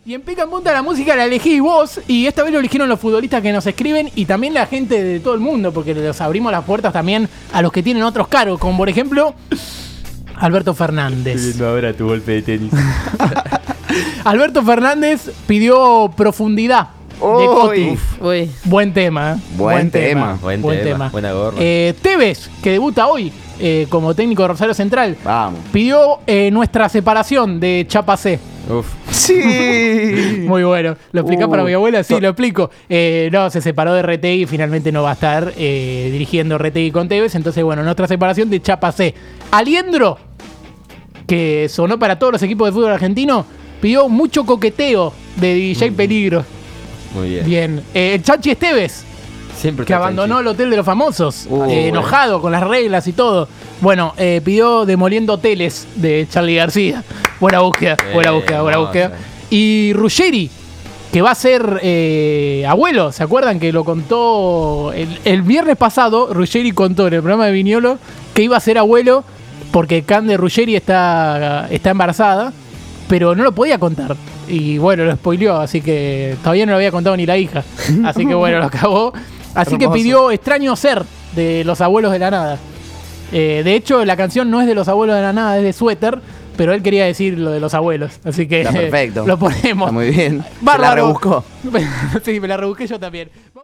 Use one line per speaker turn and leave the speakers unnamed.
Y en Pica en Punta la música la elegí vos, y esta vez lo eligieron los futbolistas que nos escriben y también la gente de todo el mundo, porque les abrimos las puertas también a los que tienen otros cargos, como por ejemplo Alberto Fernández.
Estoy viendo ahora tu golpe de tenis.
Alberto Fernández pidió profundidad de Coti.
Uy.
Buen tema, ¿eh?
Buen tema. Buena gorra.
Tevez, que debuta hoy como técnico de Rosario Central,
Vamos.
pidió nuestra separación de Chapacé.
Uf.
Sí. Muy bueno. ¿Lo explicás para mi abuela? Sí, lo explico. No, se separó de Retegui y finalmente no va a estar dirigiendo Retegui con Tevez. Entonces, bueno, nuestra separación de Chapacé. Aliendro, que sonó para todos los equipos de fútbol argentino, pidió mucho coqueteo de DJ Peligro.
Muy bien.
Bien. El Chachi Esteves,
Siempre
que
está
abandonó el
tranquilo.
Hotel de los Famosos,
Bueno.
enojado con las reglas y todo. Bueno, pidió Demoliendo Hoteles de Charly García. Buena búsqueda, buena
hermosa.
búsqueda. Y Ruggeri, que va a ser abuelo. ¿Se acuerdan que lo contó el viernes pasado? Ruggeri contó en el programa de Viñolo que iba a ser abuelo porque Cande Ruggeri está embarazada, pero no lo podía contar. Y bueno, lo spoileó, así que todavía no lo había contado ni la hija. Así que bueno, lo acabó. Así que pidió Extraño Ser de Los Abuelos de la Nada. De hecho, la canción no es de Los Abuelos de la Nada, es de Suéter, pero él quería decir lo de los abuelos. Así que
Está perfecto.
lo ponemos.
Está muy bien.
Bárbaro.
Se la rebuscó.
Sí, me la rebusqué yo también.